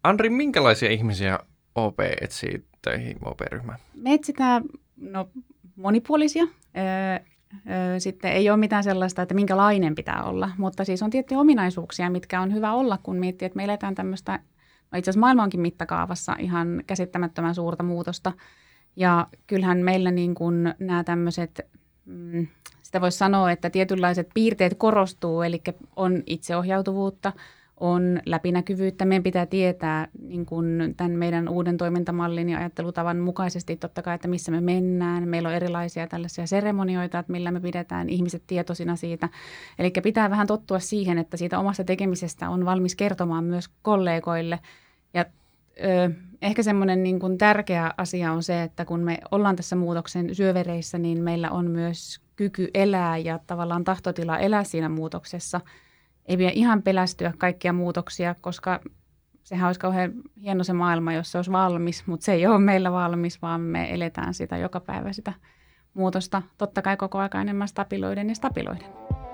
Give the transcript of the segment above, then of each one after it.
Andri, minkälaisia ihmisiä OP etsii töihin OP-ryhmään? Me etsitään monipuolisia. Sitten ei ole mitään sellaista, että minkälainen pitää olla, mutta siis on tiettyjä ominaisuuksia, mitkä on hyvä olla, kun miettii, että me eletään tämmöistä, itse asiassa maailmankin mittakaavassa ihan käsittämättömän suurta muutosta. Ja kyllähän meillä niin kuin nämä tämmöiset, sitä voisi sanoa, että tietynlaiset piirteet korostuu, eli on itseohjautuvuutta, on läpinäkyvyyttä. Meidän pitää tietää niin kuin tämän meidän uuden toimintamallin ja ajattelutavan mukaisesti totta kai, että missä me mennään. Meillä on erilaisia tällaisia seremonioita, että millä me pidetään ihmiset tietoisina siitä. Eli pitää vähän tottua siihen, että siitä omasta tekemisestä on valmis kertomaan myös kollegoille. Ja ehkä semmoinen niin kuin tärkeä asia on se, että kun me ollaan tässä muutoksen syövereissä, niin meillä on myös kyky elää ja tavallaan tahtotila elää siinä muutoksessa. Ei pidä ihan pelästyä kaikkia muutoksia, koska sehän olisi kauhean hieno se maailma, jos se olisi valmis, mutta se ei ole meillä valmis, vaan me eletään sitä joka päivä sitä muutosta. Totta kai koko ajan enemmän stabiloiden ja stabiloiden.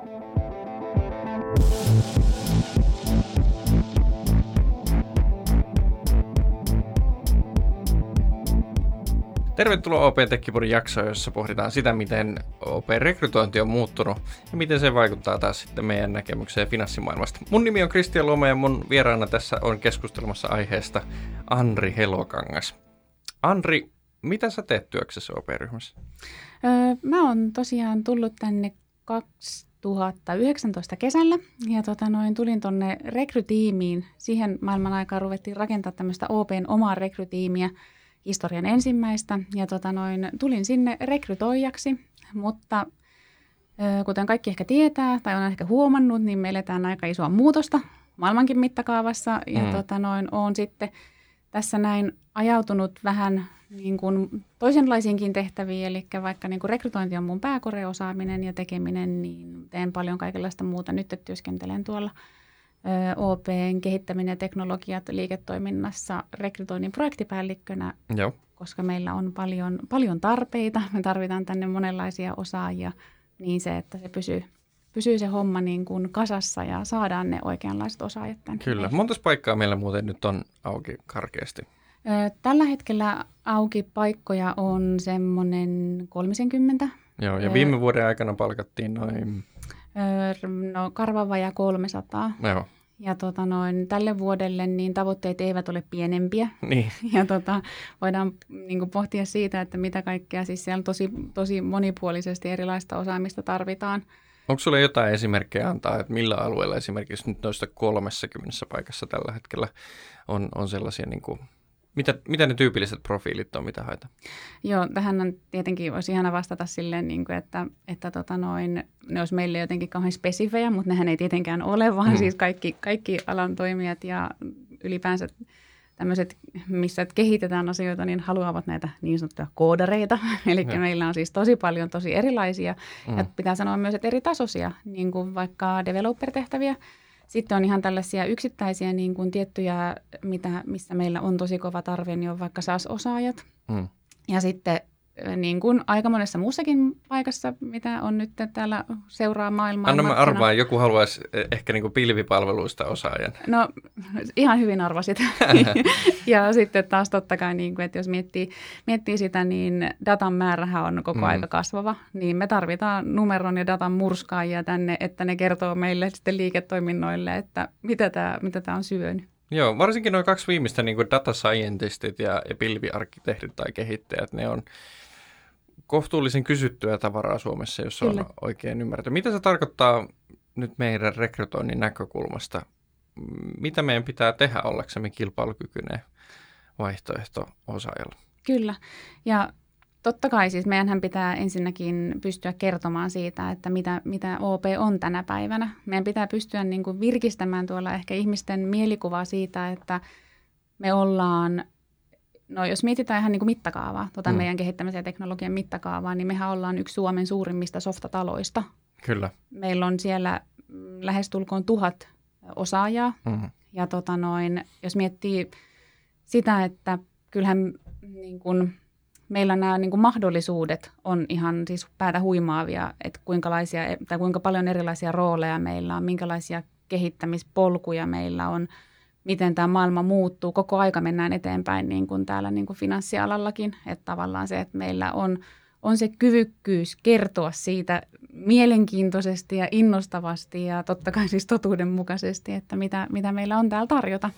Tervetuloa OP Tekkipodin jaksoon, jossa pohditaan sitä, miten OP-rekrytointi on muuttunut ja miten se vaikuttaa taas sitten meidän näkemykseen finanssimaailmasta. Mun nimi on Kristian Loma ja mun vieraana tässä on keskustelemassa aiheesta Andri Helokangas. Andri, mitä sä teet työksessä OP-ryhmässä? Mä oon tosiaan tullut tänne 2019 kesällä ja tulin tonne rekrytiimiin. Siihen maailman aikaan ruvettiin rakentaa tämmöistä OPn omaa rekrytiimiä. Historian ensimmäistä ja tulin sinne rekrytoijaksi, mutta kuten kaikki ehkä tietää tai on ehkä huomannut, niin me eletään aika isoa muutosta maailmankin mittakaavassa ja olen sitten tässä näin ajautunut vähän niin kuin toisenlaisiinkin tehtäviin, eli vaikka niin kuin rekrytointi on mun pääkoreosaaminen ja tekeminen, niin teen paljon kaikenlaista muuta. Nyt työskentelen tuolla OP:n kehittäminen ja teknologiat liiketoiminnassa rekrytoinnin projektipäällikkönä, Joo. Koska meillä on paljon tarpeita. Me tarvitaan tänne monenlaisia osaajia niin se, että se pysyy se homma niin kuin kasassa ja saadaan ne oikeanlaiset osaajat tänne. Kyllä. Montas paikkaa meillä muuten nyt on auki karkeasti? Tällä hetkellä auki paikkoja on semmoinen 30. Joo, ja viime vuoden aikana palkattiin noin... karvan vajaa 300. Joo. Ja tälle vuodelle niin tavoitteet eivät ole pienempiä. Niin. Ja voidaan niin kuin pohtia siitä, että mitä kaikkea siis siellä tosi monipuolisesti erilaista osaamista tarvitaan. Onko sulle jotain esimerkkejä antaa, että millä alueella esimerkiksi nyt noista 30 paikassa tällä hetkellä on sellaisia, niin kuin, mitä ne tyypilliset profiilit on, mitä haetaan? Joo, tähän on tietenkin olisi ihana vastata silleen, niin kuin, että ne olisi meille jotenkin kauhean spesifejä, mutta nehän ei tietenkään ole, vaan siis kaikki alan toimijat ja ylipäänsä tämmöiset, missä kehitetään asioita, niin haluavat näitä niin sanottuja koodareita. Eli meillä on siis tosi paljon tosi erilaisia ja pitää sanoa myös, että eri tasoisia, niin kuin vaikka developer-tehtäviä. Sitten on ihan tällaisia yksittäisiä niin kuin tiettyjä, missä meillä on tosi kova tarve, niin on vaikka SaaS-osaajat. Ja sitten niin kuin aika monessa muussakin paikassa, mitä on nyt täällä seuraa maailmaa. Anna mä arvaan, joku haluaisi ehkä niin kuin pilvipalveluista osaajan. No ihan hyvin arvasit. Ja sitten taas totta kai, niin kuin, että jos miettii sitä, niin datan määrähän on koko aika kasvava. Niin me tarvitaan numeron ja datan murskaajia tänne, että ne kertoo meille sitten liiketoiminnoille, että mitä tämä on syönyt. Joo, varsinkin nuo kaksi viimeistä niin kuin data scientistit ja pilviarkkitehdit tai kehittäjät, ne on kohtuullisen kysyttyä tavaraa Suomessa, jos on oikein ymmärretty. Mitä se tarkoittaa nyt meidän rekrytoinnin näkökulmasta? Mitä meidän pitää tehdä ollaksemme kilpailukykyinen vaihtoehto osaajalle? Kyllä, ja totta kai siis meidänhän pitää ensinnäkin pystyä kertomaan siitä, että mitä OP on tänä päivänä. Meidän pitää pystyä niin kuin virkistämään tuolla ehkä ihmisten mielikuvaa siitä, että me ollaan, no jos mietitään ihan niin kuin mittakaavaa, meidän kehittämisen ja teknologian mittakaavaa, niin mehän ollaan yksi Suomen suurimmista softataloista. Kyllä. Meillä on siellä lähestulkoon 1000 osaajaa ja jos miettii sitä, että kyllähän niin kuin meillä nämä niin kuin mahdollisuudet on ihan siis päätä huimaavia, että kuinka paljon erilaisia rooleja meillä on, minkälaisia kehittämispolkuja meillä on, miten tämä maailma muuttuu. Koko aika mennään eteenpäin niin kuin täällä niin kuin finanssialallakin, että tavallaan se, että meillä on se kyvykkyys kertoa siitä mielenkiintoisesti ja innostavasti ja totta kai siis totuudenmukaisesti, että mitä meillä on täällä tarjota.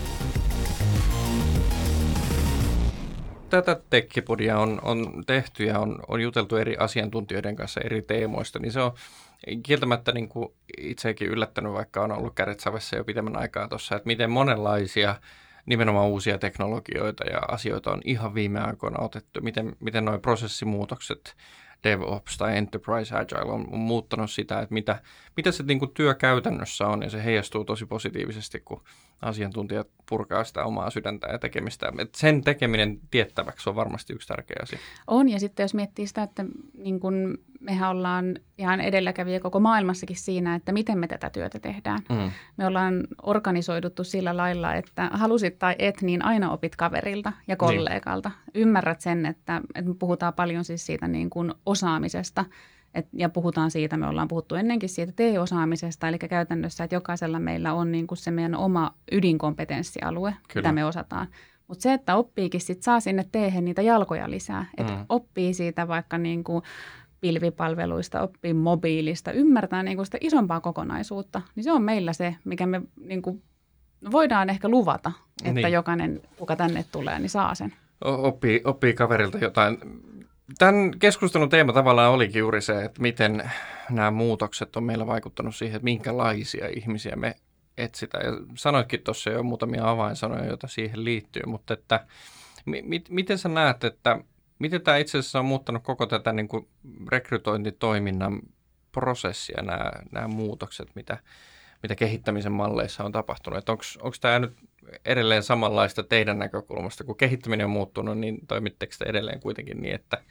Tätä tekkipodia on tehty ja on juteltu eri asiantuntijoiden kanssa eri teemoista, niin se on kieltämättä niin kuin itsekin yllättänyt, vaikka on ollut kädet savessa jo pitemmän aikaa tuossa, että miten monenlaisia nimenomaan uusia teknologioita ja asioita on ihan viime aikoina otettu. Miten nuo prosessimuutokset, DevOps tai Enterprise Agile on muuttanut sitä, että mitä se niin kuin työ käytännössä on, ja se heijastuu tosi positiivisesti, kun asiantuntijat purkaa sitä omaa sydäntä ja tekemistä. Et sen tekeminen tiettäväksi on varmasti yksi tärkeä asia. On, ja sitten jos miettii sitä, että niin kun mehän ollaan ihan edelläkävijä koko maailmassakin siinä, että miten me tätä työtä tehdään. Me ollaan organisoiduttu sillä lailla, että halusit tai et, niin aina opit kaverilta ja kollegalta. Niin. Ymmärrät sen, että me puhutaan paljon siis siitä niin kuin osaamisesta. Ja puhutaan siitä, me ollaan puhuttu ennenkin siitä TE-osaamisesta, eli käytännössä, että jokaisella meillä on niin kuin se meidän oma ydinkompetenssialue, mitä me osataan. Mutta se, että oppiikin sit saa sinne teehen niitä jalkoja lisää, että oppii siitä vaikka niin kuin pilvipalveluista, oppii mobiilista, ymmärtää niin kuin sitä isompaa kokonaisuutta, niin se on meillä se, mikä me niin kuin voidaan ehkä luvata, että jokainen, kuka tänne tulee, niin saa sen. Oppii kaverilta jotain. Tämän keskustelun teema tavallaan olikin juuri se, että miten nämä muutokset on meillä vaikuttanut siihen, että minkälaisia ihmisiä me etsitään. Ja sanoitkin tuossa jo muutamia avainsanoja, joita siihen liittyy, mutta että miten sä näet, että miten tämä itse asiassa on muuttanut koko tätä niin kuin rekrytointitoiminnan prosessia, nämä muutokset, mitä kehittämisen malleissa on tapahtunut? Onko tämä nyt edelleen samanlaista teidän näkökulmasta, kun kehittäminen on muuttunut, niin toimitteko te edelleen kuitenkin niin, että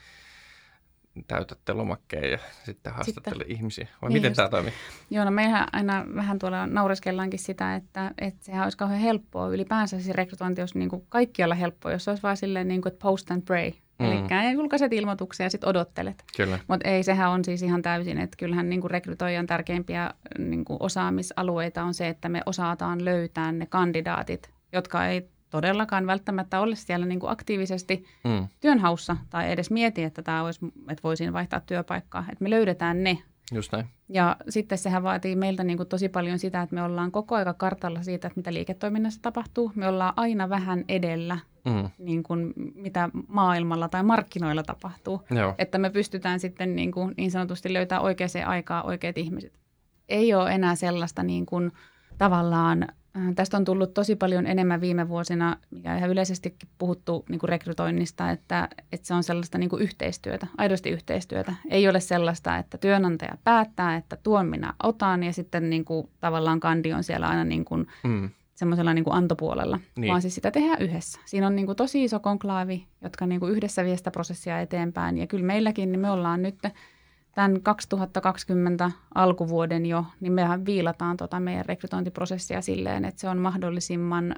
täytätte lomakkeen ja sitten haastattele ihmisiä? Vai niin miten tämä toimii? Joo, no mehän aina vähän tuolla naureskellaankin sitä, että sehän olisi kauhean helppoa. Ylipäänsä se rekrytointi olisi niin kuin kaikkialla helppoa, jos olisi vaan silleen, niin kuin, että post and pray. Eli julkaiset ilmoituksia ja sitten odottelet. Mutta ei, sehän on siis ihan täysin, että kyllähän niin kuin rekrytoijan tärkeimpiä niin kuin osaamisalueita on se, että me osataan löytää ne kandidaatit, jotka ei todellakaan välttämättä ole siellä niin kuin aktiivisesti työnhaussa tai edes mieti, että tämä olisi, että voisin vaihtaa työpaikkaa. Että me löydetään ne. Just näin. Ja sitten sehän vaatii meiltä niin kuin tosi paljon sitä, että me ollaan koko aika kartalla siitä, että mitä liiketoiminnassa tapahtuu. Me ollaan aina vähän edellä, niin kuin mitä maailmalla tai markkinoilla tapahtuu. Joo. Että me pystytään sitten niin sanotusti löytämään oikeaan aikaan oikeat ihmiset. Ei ole enää sellaista niin kuin tavallaan, tästä on tullut tosi paljon enemmän viime vuosina, mikä ihan yleisestikin puhuttu niin kuin rekrytoinnista, että se on sellaista niin kuin yhteistyötä, aidosti yhteistyötä. Ei ole sellaista, että työnantaja päättää, että tuon minä otan ja sitten niin kuin tavallaan kandi on siellä aina niin kuin semmoisella niin kuin antopuolella, vaan siis sitä tehdään yhdessä. Siinä on niin kuin tosi iso konklaavi, jotka niin kuin yhdessä vie sitä prosessia eteenpäin ja kyllä meilläkin, niin me ollaan nyt tämän 2020 alkuvuoden jo, niin mehän viilataan meidän rekrytointiprosessia silleen, että se on mahdollisimman,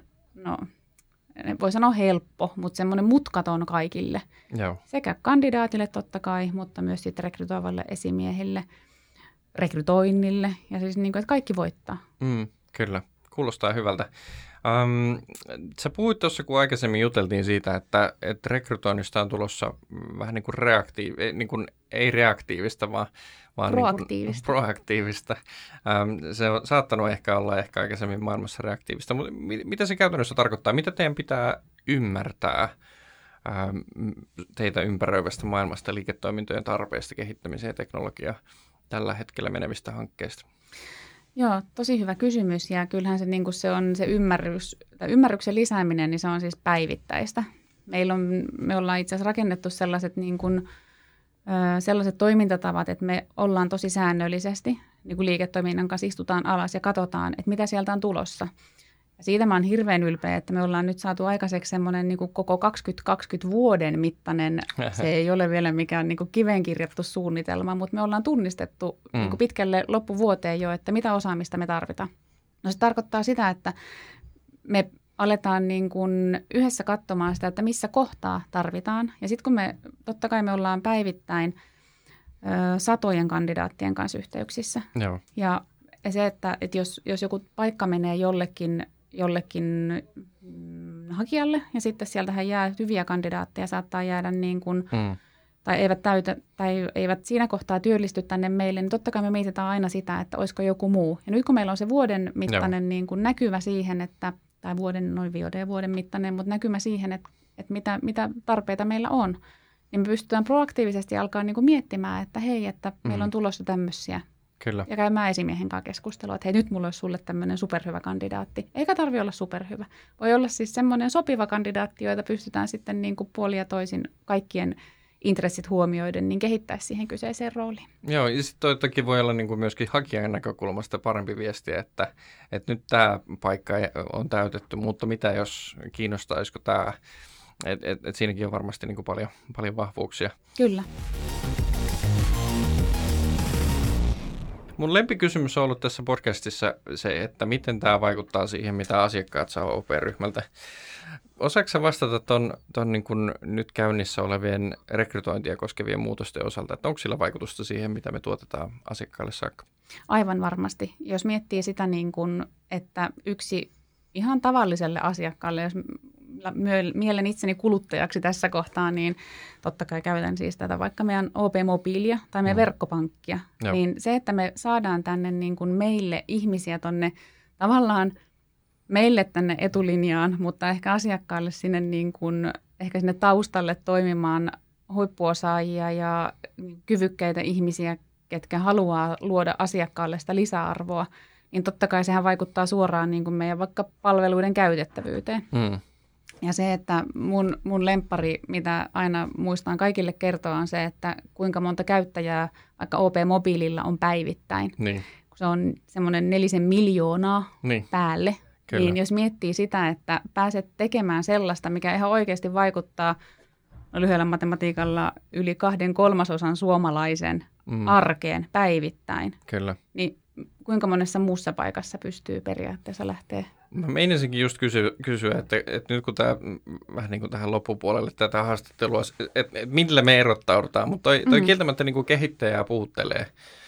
voi sanoa helppo, mutta semmoinen mutkaton kaikille. Joo. Sekä kandidaatille totta kai, mutta myös sitten rekrytoivalle esimiehille, rekrytoinnille ja siis niin kuin, että kaikki voittaa. Kyllä, kuulostaa hyvältä. Sä puhuit tuossa, kun aikaisemmin juteltiin siitä, että rekrytoinnista on tulossa vähän niin kuin ei reaktiivista, vaan proaktiivista. Proaktiivista. Se on saattanut ehkä olla aikaisemmin maailmassa reaktiivista, mutta mitä se käytännössä tarkoittaa? Mitä teidän pitää ymmärtää teitä ympäröivästä maailmasta, liiketoimintojen tarpeesta, kehittämiseen ja teknologiaa tällä hetkellä menevistä hankkeista? Joo, tosi hyvä kysymys ja kyllähän se, niin kuin se on se ymmärryksen lisääminen, niin se on siis päivittäistä. Me ollaan itse asiassa rakennettu sellaiset, niin kuin, sellaiset toimintatavat, että me ollaan tosi säännöllisesti niin kuin liiketoiminnan kanssa istutaan alas ja katsotaan, että mitä sieltä on tulossa. Ja siitä mä oon hirveän ylpeä, että me ollaan nyt saatu aikaiseksi semmoinen niin kuin koko 2020 vuoden mittainen, se ei ole vielä mikään niin kuin kiveen kirjattu suunnitelma, mutta me ollaan tunnistettu niin kuin pitkälle loppuvuoteen jo, että mitä osaamista me tarvitaan. No se tarkoittaa sitä, että me aletaan niin kuin yhdessä katsomaan sitä, että missä kohtaa tarvitaan. Ja sitten kun totta kai me ollaan päivittäin satojen kandidaattien kanssa yhteyksissä. Joo. Ja se, että jos joku paikka menee jollekin jollekin hakijalle ja sitten sieltähän jää hyviä kandidaatteja, saattaa jäädä niin kuin, tai eivät täytä tai eivät siinä kohtaa työllisty tänne meille, niin totta kai me mietitään aina sitä, että olisiko joku muu. Ja nyt kun meillä on se vuoden mittainen niin kuin näkymä siihen, että, tai vuoden mittainen, mutta näkymä siihen, että mitä tarpeita meillä on, niin me pystytään proaktiivisesti alkaa niin kuin miettimään, että hei, että meillä on tulossa tämmöisiä. Kyllä. Ja käymään esimiehen kanssa keskustelua, että hei, nyt mulla olisi sulle tämmöinen superhyvä kandidaatti. Eikä tarvitse olla superhyvä. Voi olla siis semmoinen sopiva kandidaatti, joita pystytään sitten niin kuin puolin ja toisin kaikkien intressit huomioiden niin kehittää siihen kyseiseen rooliin. Joo, ja sitten toki voi olla niin kuin myöskin hakijan näkökulmasta parempi viesti, että nyt tämä paikka on täytetty, mutta mitä jos kiinnostaisiko tämä, että siinäkin on varmasti niin kuin paljon vahvuuksia. Kyllä. Mun lempikysymys on ollut tässä podcastissa se, että miten tämä vaikuttaa siihen, mitä asiakkaat saa OP-ryhmältä. Osaatko vastata ton niin kuin nyt käynnissä olevien rekrytointia koskevien muutosten osalta, että onko sillä vaikutusta siihen, mitä me tuotetaan asiakkaille saakka? Aivan varmasti. Jos miettii sitä, niin kuin, että yksi ihan tavalliselle asiakkaalle, jos mielen itseni kuluttajaksi tässä kohtaa, niin totta kai käytän siis tätä vaikka meidän OP-mobiilia tai meidän verkkopankkia. Joo. Niin se, että me saadaan tänne niin kuin meille ihmisiä tonne tavallaan meille tänne etulinjaan, mutta ehkä asiakkaille sinne niin kuin, ehkä sinne taustalle toimimaan huippuosaajia ja kyvykkäitä ihmisiä, ketkä haluaa luoda asiakkaalle sitä lisäarvoa, niin totta kai sehän vaikuttaa suoraan niin kuin meidän vaikka palveluiden käytettävyyteen. Ja se, että mun lemppari, mitä aina muistan kaikille kertoa, on se, että kuinka monta käyttäjää vaikka OP-mobiililla on päivittäin. Niin. Kun se on semmoinen 4 miljoonaa päälle. Kyllä. Niin jos miettii sitä, että pääset tekemään sellaista, mikä ihan oikeasti vaikuttaa lyhyellä matematiikalla yli 2/3 suomalaisen arkeen päivittäin, kyllä. Niin kuinka monessa muussa paikassa pystyy periaatteessa lähteä? Mä meinasinkin just kysyä, että nyt kun tämä vähän niin kuin tähän loppupuolelle tätä haastattelua, että millä me erottaudutaan, mutta toi kieltämättä niin kuin kehittäjää puhuttelee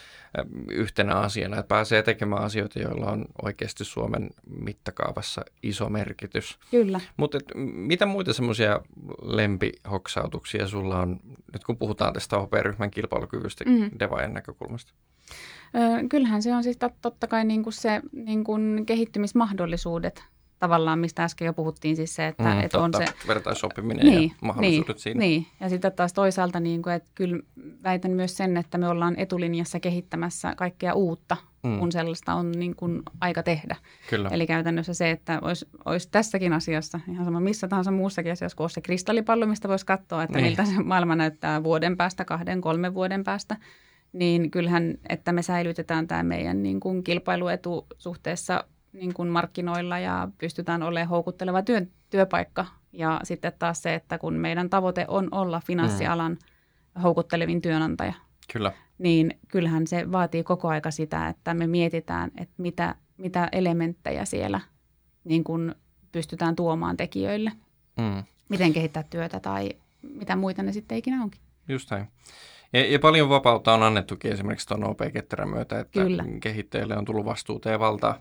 yhtenä asiana, että pääsee tekemään asioita, joilla on oikeasti Suomen mittakaavassa iso merkitys. Kyllä. Mutta mitä muita semmoisia lempihoksautuksia sulla on, nyt kun puhutaan tästä OP-ryhmän kilpailukyvystä devaajan näkökulmasta? Kyllähän se on siis totta kai niin kuin se niin kuin kehittymismahdollisuudet tavallaan, mistä äsken jo puhuttiin, siis se, että on se vertaissopiminen ja mahdollisuudet siinä. Niin, ja sitten taas toisaalta, niin kuin, että kyllä väitän myös sen, että me ollaan etulinjassa kehittämässä kaikkea uutta, kun sellaista on niin kuin aika tehdä. Kyllä. Eli käytännössä se, että olisi tässäkin asiassa, ihan sama missä tahansa muussakin asiassa, kun olisi se kristallipallo, mistä voisi katsoa, että miltä se maailma näyttää vuoden päästä, 2-3 vuoden päästä, niin kyllähän, että me säilytetään tämä meidän niin kuin kilpailuetu suhteessa niin kuin markkinoilla ja pystytään olemaan houkutteleva työpaikka. Ja sitten taas se, että kun meidän tavoite on olla finanssialan houkuttelevin työnantaja, kyllä. Niin kyllähän se vaatii koko aika sitä, että me mietitään, että mitä elementtejä siellä niin kuin pystytään tuomaan tekijöille. Miten kehittää työtä tai mitä muita ne sitten ikinä onkin. Just näin. Ja paljon vapautta on annettukin esimerkiksi tuon OP-ketterän myötä, että kyllä. Kehittäjille on tullut vastuuta ja valtaa.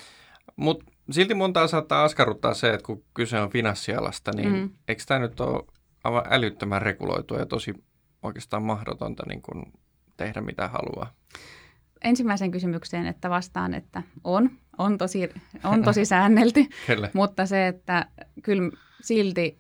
Mutta silti montaa saattaa askarruttaa se, että kun kyse on finanssialasta, niin eikö tämä nyt ole aivan älyttömän reguloitua ja tosi oikeastaan mahdotonta niin kun tehdä mitä haluaa? Ensimmäiseen kysymykseen, että vastaan, että on tosi säännelty, mutta se, että kyllä silti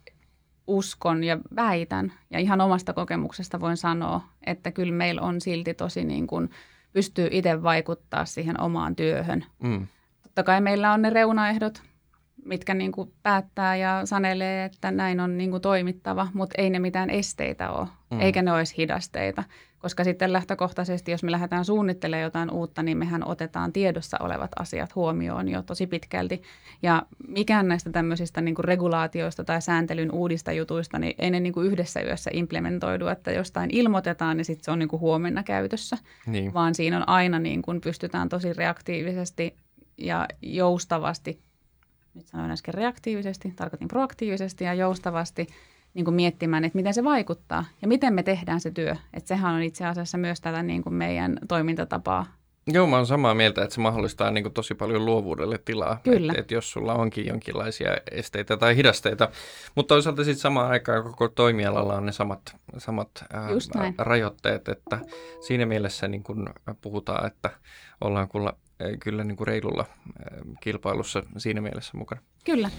uskon ja väitän ja ihan omasta kokemuksesta voin sanoa, että kyllä meillä on silti tosi niin kuin pystyy itse vaikuttaa siihen omaan työhön. Totta kai meillä on ne reunaehdot, mitkä niin kuin päättää ja sanelee, että näin on niin kuin toimittava, mutta ei ne mitään esteitä ole, eikä ne olisi hidasteita. Koska sitten lähtökohtaisesti, jos me lähdetään suunnittelemaan jotain uutta, niin mehän otetaan tiedossa olevat asiat huomioon jo tosi pitkälti. Ja mikään näistä tämmöisistä niin kuin regulaatioista tai sääntelyn uudista jutuista, niin ei ne niin kuin yhdessä yössä implementoidu, että jostain ilmoitetaan, niin sitten se on niin kuin huomenna käytössä. Niin. Vaan siinä on aina niin kuin pystytään tosi reaktiivisesti ja joustavasti, nyt sanoin äsken reaktiivisesti, tarkoitin proaktiivisesti ja joustavasti niin kuin miettimään, että miten se vaikuttaa ja miten me tehdään se työ. Että sehän on itse asiassa myös tätä niin kuin meidän toimintatapaa Joo, mä oon samaa mieltä, että se mahdollistaa niin kuin tosi paljon luovuudelle tilaa. Kyllä. Että jos sulla onkin jonkinlaisia esteitä tai hidasteita, mutta toisaalta sitten samaan aikaan koko toimialalla on ne samat rajoitteet, että siinä mielessä niin kun puhutaan, että ollaan kyllä niin kuin reilulla kilpailussa siinä mielessä mukana. Kyllä.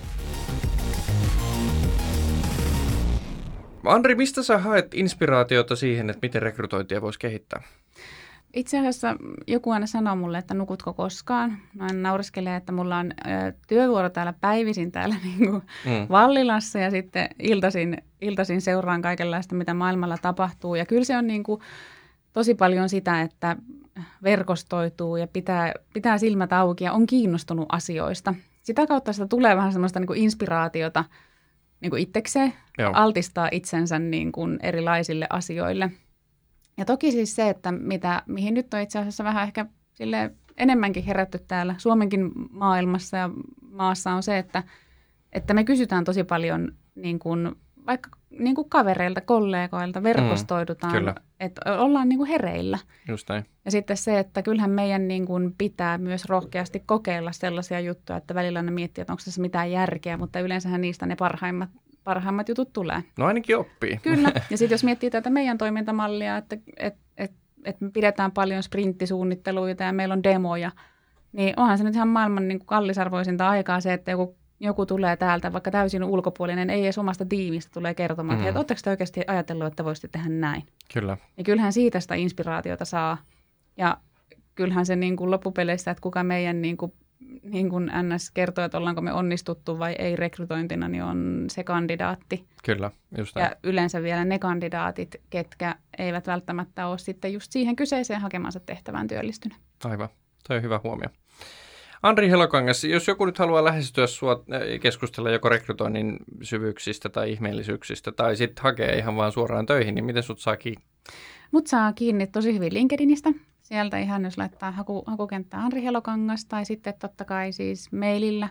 Andri, mistä sä haet inspiraatiota siihen, että miten rekrytointia voisi kehittää? Itse asiassa joku aina sanoo mulle, että nukutko koskaan. Mä naureskelee, että mulla on työvuoro täällä päivisin täällä niin kuin Vallilassa ja sitten iltaisin seuraan kaikenlaista, mitä maailmalla tapahtuu. Ja kyllä se on niin kuin tosi paljon sitä, että verkostoituu ja pitää silmät auki ja on kiinnostunut asioista. Sitä kautta sitä tulee vähän semmoista niin kuin inspiraatiota niin kuin itsekseen, altistaa itsensä niin kuin erilaisille asioille. Ja toki siis se, että mihin nyt on itse asiassa vähän ehkä enemmänkin herätty täällä Suomenkin maailmassa ja maassa on se, että me kysytään tosi paljon niin kuin, vaikka niin kuin kavereilta, kollegoilta, verkostoidutaan, että ollaan niin kuin hereillä. Just näin. Ja sitten se, että kyllähän meidän niin kuin pitää myös rohkeasti kokeilla sellaisia juttuja, että välillä ne miettii, että onko tässä mitään järkeä, mutta yleensähän niistä ne parhaimmat jutut tulee. No ainakin oppii. Kyllä. Ja sitten jos miettii tätä meidän toimintamallia, että me pidetään paljon sprinttisuunnitteluita ja meillä on demoja, niin onhan se nyt ihan maailman niin kuin kallisarvoisinta aikaa se, että joku tulee täältä, vaikka täysin ulkopuolinen, ei edes omasta tiimistä tulee kertomaan, että oletteko te oikeasti ajatellut, että voisitte tehdä näin? Kyllä. Ja kyllähän siitä sitä inspiraatiota saa. Ja kyllähän se niin kuin loppupeleissä, että kuka meidän niin kuin NS kertoo, että ollaanko me onnistuttu vai ei rekrytointina, niin on se kandidaatti. Kyllä, just näin. Ja yleensä vielä ne kandidaatit, ketkä eivät välttämättä ole sitten just siihen kyseiseen hakemansa tehtävään työllistynyt. Aivan, toi on hyvä huomio. Andri Helokangas, jos joku nyt haluaa lähestyä sua keskustella joko rekrytoinnin syvyyksistä tai ihmeellisyyksistä tai sitten hakee ihan vaan suoraan töihin, niin miten sut saa kiinni? Mut saa kiinni tosi hyvin LinkedInistä. Sieltä ihan jos laittaa hakukenttää Andri Helokangas tai sitten totta kai siis mailillä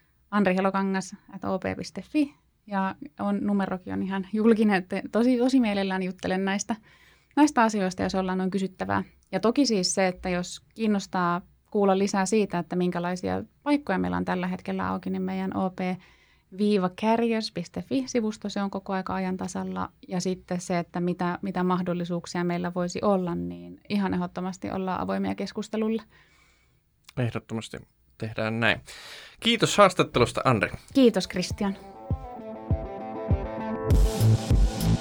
andrihelokangas@op.fi ja numerokin on ihan julkinen, että tosi mielellään juttelen näistä asioista, jos ollaan noin kysyttävää. Ja toki siis se, että jos kiinnostaa kuulla lisää siitä, että minkälaisia paikkoja meillä on tällä hetkellä auki, niin meidän op-carriers.fi-sivusto, se on koko aika ajan tasalla. Ja sitten se, että mitä mahdollisuuksia meillä voisi olla, niin ihan ehdottomasti ollaan avoimia keskustelulle. Ehdottomasti tehdään näin. Kiitos haastattelusta, Andri. Kiitos, Kristian.